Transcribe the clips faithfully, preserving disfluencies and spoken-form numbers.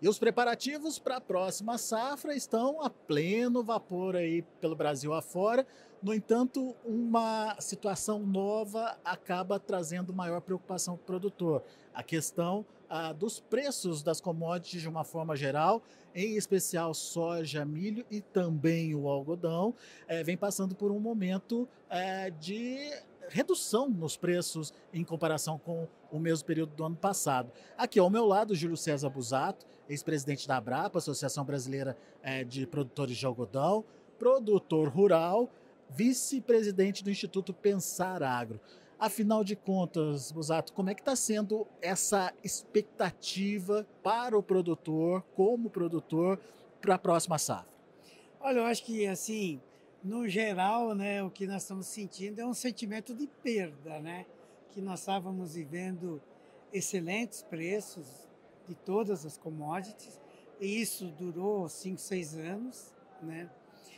E os preparativos para a próxima safra estão a pleno vapor aí pelo Brasil afora. No entanto, uma situação nova acaba trazendo maior preocupação para o produtor. A questão ah, dos preços das commodities de uma forma geral, em especial soja, milho e também o algodão, eh, vem passando por um momento eh, de redução nos preços em comparação com o mesmo período do ano passado. Aqui ao meu lado, Júlio César Busato, ex-presidente da Abrapa, Associação Brasileira eh, de Produtores de Algodão, produtor rural, vice-presidente do Instituto Pensar Agro. Afinal de contas, Busato, como é que está sendo essa expectativa para o produtor, como produtor, para a próxima safra? Olha, eu acho que, assim, no geral, né, o que nós estamos sentindo é um sentimento de perda, né? Que nós estávamos vivendo excelentes preços de todas as commodities, e isso durou cinco, seis anos, né?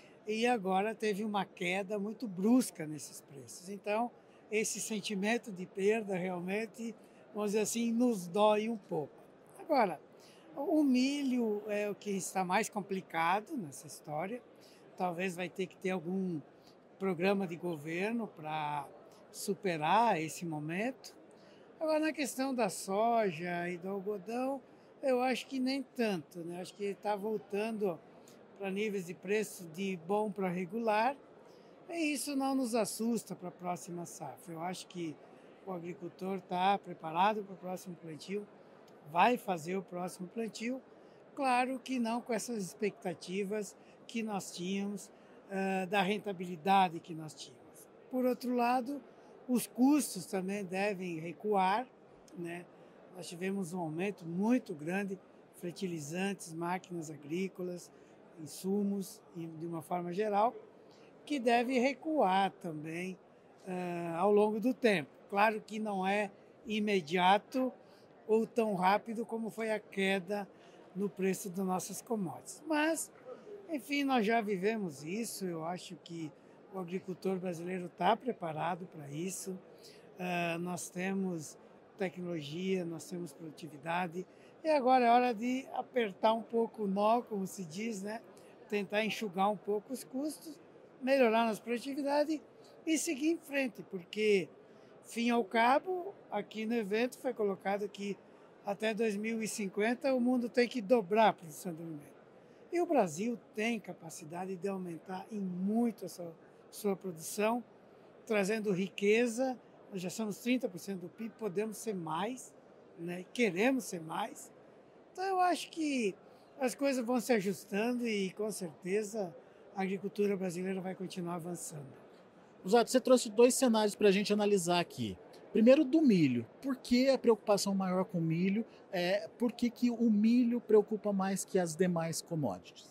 E agora teve uma queda muito brusca nesses preços. Então, esse sentimento de perda realmente, vamos dizer assim, nos dói um pouco. Agora, o milho é o que está mais complicado nessa história. Talvez vai ter que ter algum programa de governo para superar esse momento. Agora, na questão da soja e do algodão, eu acho que nem tanto, né? Acho que está voltando para níveis de preço de bom para regular, e isso não nos assusta para a próxima safra. Eu acho que o agricultor está preparado para o próximo plantio, vai fazer o próximo plantio, claro que não com essas expectativas que nós tínhamos, uh, da rentabilidade que nós tínhamos. Por outro lado, os custos também devem recuar, né? Nós tivemos um aumento muito grande, fertilizantes, máquinas agrícolas, insumos, de uma forma geral, que deve recuar também uh, ao longo do tempo. Claro que não é imediato ou tão rápido como foi a queda no preço das nossas commodities. Mas, enfim, nós já vivemos isso, eu acho que o agricultor brasileiro está preparado para isso. Uh, nós temos tecnologia, nós temos produtividade, e agora é hora de apertar um pouco o nó, como se diz, né? Tentar enxugar um pouco os custos, melhorar nossa produtividade e seguir em frente, porque, fim ao cabo, aqui no evento foi colocado que até dois mil e cinquenta o mundo tem que dobrar a produção de alimento. E o Brasil tem capacidade de aumentar em muito a sua, sua produção, trazendo riqueza. Nós já somos trinta por cento do P I B, podemos ser mais, né? Queremos ser mais. Então, eu acho que as coisas vão se ajustando e, com certeza, a agricultura brasileira vai continuar avançando. Busato, você trouxe dois cenários para a gente analisar aqui. Primeiro, do milho. Por que a preocupação maior com o milho? É, por que, que o milho preocupa mais que as demais commodities?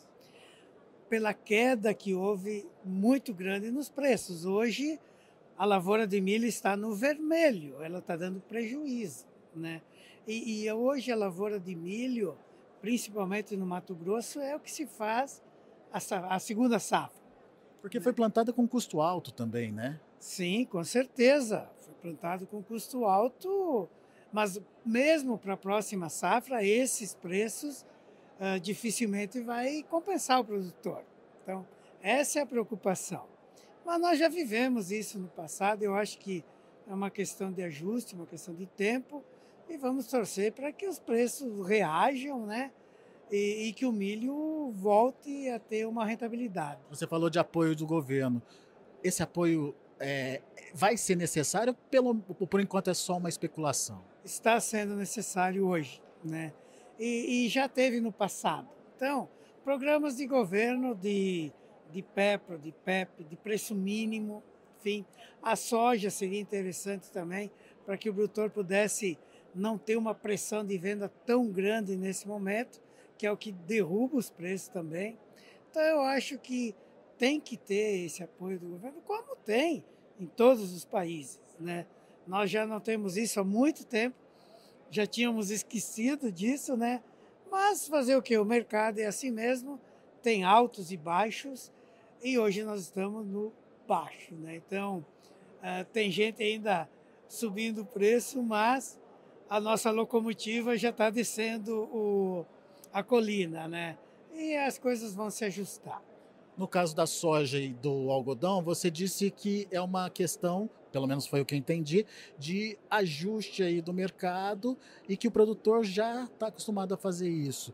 Pela queda que houve muito grande nos preços. Hoje, a lavoura de milho está no vermelho, ela está dando prejuízo, né? E, e hoje a lavoura de milho, principalmente no Mato Grosso, é o que se faz a, a segunda safra. Porque foi plantada com custo alto também, né? Sim, com certeza. Foi plantado com custo alto, mas mesmo para a próxima safra, esses preços uh, dificilmente vai compensar o produtor. Então, essa é a preocupação. Mas nós já vivemos isso no passado, eu acho que é uma questão de ajuste, uma questão de tempo, e vamos torcer para que os preços reajam, né? E, e que o milho volte a ter uma rentabilidade. Você falou de apoio do governo. Esse apoio é, vai ser necessário? Pelo, por enquanto é só uma especulação. Está sendo necessário hoje, né? E, e já teve no passado. Então, programas de governo de, de PEPRO, de PEP, de preço mínimo, enfim. A soja seria interessante também para que o produtor pudesse não ter uma pressão de venda tão grande nesse momento, que é o que derruba os preços também. Então, eu acho que tem que ter esse apoio do governo, como tem em todos os países, né? Nós já não temos isso há muito tempo, já tínhamos esquecido disso, né? Mas fazer o quê? O mercado é assim mesmo, tem altos e baixos, e hoje nós estamos no baixo, né? Então, uh, tem gente ainda subindo o preço, mas a nossa locomotiva já está descendo o a colina, né? E as coisas vão se ajustar. No caso da soja e do algodão, você disse que é uma questão, pelo menos foi o que eu entendi, de ajuste aí do mercado e que o produtor já está acostumado a fazer isso.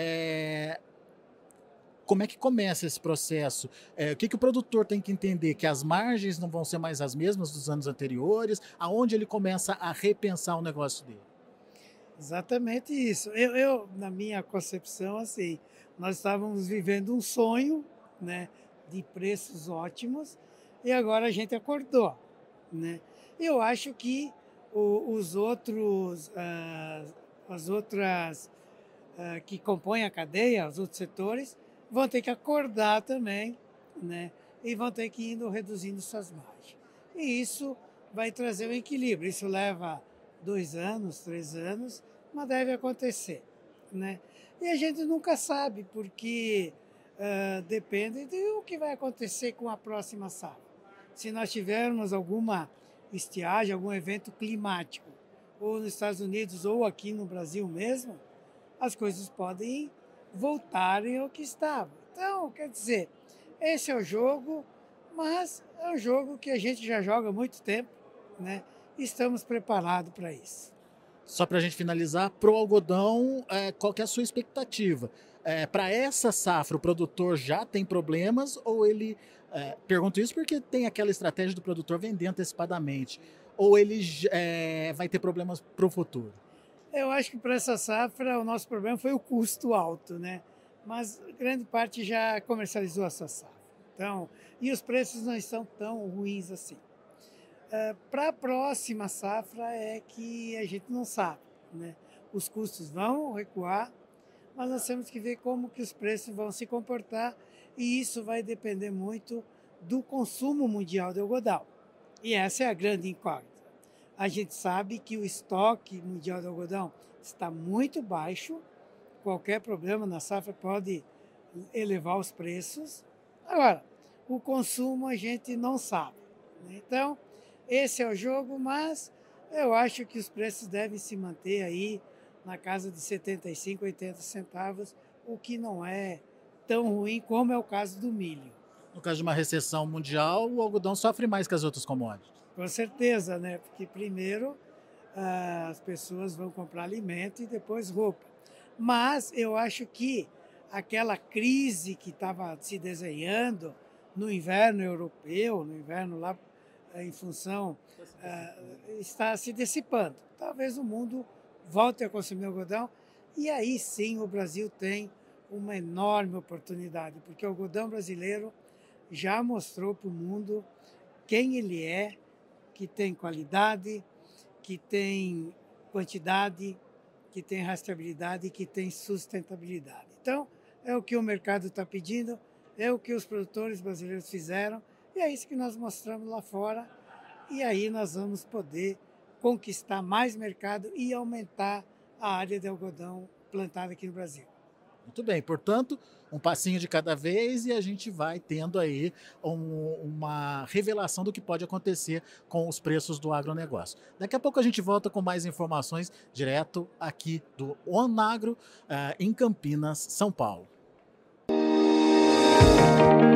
É, como é que começa esse processo? É, o que, que o produtor tem que entender? Que as margens não vão ser mais as mesmas dos anos anteriores? Aonde ele começa a repensar o negócio dele? Exatamente isso. Eu, eu, na minha concepção, assim, nós estávamos vivendo um sonho, né, de preços ótimos, e agora a gente acordou, né? Eu acho que o, os outros, ah, as outras ah, que compõem a cadeia, os outros setores, vão ter que acordar também, né? E vão ter que ir indo reduzindo suas margens. E isso vai trazer um equilíbrio. Isso leva dois anos, três anos, mas deve acontecer, né? E a gente nunca sabe, porque uh, depende do que vai acontecer com a próxima safra. Se nós tivermos alguma estiagem, algum evento climático, ou nos Estados Unidos ou aqui no Brasil mesmo, as coisas podem voltarem ao que estava. Então, quer dizer, esse é o jogo, mas é um jogo que a gente já joga há muito tempo, né? Estamos preparados para isso. Só para a gente finalizar, para o algodão, é, qual que é a sua expectativa? É, para essa safra, o produtor já tem problemas ou ele... É, pergunto isso porque tem aquela estratégia do produtor vender antecipadamente. Ou ele é, vai ter problemas para o futuro? Eu acho que para essa safra o nosso problema foi o custo alto, né? Mas grande parte já comercializou a sua safra. Então, e os preços não estão tão ruins assim. Uh, para a próxima safra é que a gente não sabe, né? Os custos vão recuar, mas nós temos que ver como que os preços vão se comportar e isso vai depender muito do consumo mundial de algodão. E essa é a grande incógnita. A gente sabe que o estoque mundial de algodão está muito baixo, qualquer problema na safra pode elevar os preços. Agora, o consumo a gente não sabe, né? Então, esse é o jogo, mas eu acho que os preços devem se manter aí na casa de setenta e cinco, oitenta centavos, o que não é tão ruim como é o caso do milho. No caso de uma recessão mundial, o algodão sofre mais que as outras commodities. Com certeza, né? Porque primeiro as pessoas vão comprar alimento e depois roupa. Mas eu acho que aquela crise que estava se desenhando no inverno europeu, no inverno lá em função, uh, está se dissipando. Talvez o mundo volte a consumir algodão e aí sim o Brasil tem uma enorme oportunidade, porque o algodão brasileiro já mostrou para o mundo quem ele é, que tem qualidade, que tem quantidade, que tem rastreabilidade e que tem sustentabilidade. Então, é o que o mercado está pedindo, é o que os produtores brasileiros fizeram, e é isso que nós mostramos lá fora, e aí nós vamos poder conquistar mais mercado e aumentar a área de algodão plantada aqui no Brasil. Muito bem, portanto, um passinho de cada vez e a gente vai tendo aí um, uma revelação do que pode acontecer com os preços do agronegócio. Daqui a pouco a gente volta com mais informações direto aqui do ONAgro, uh, em Campinas, São Paulo.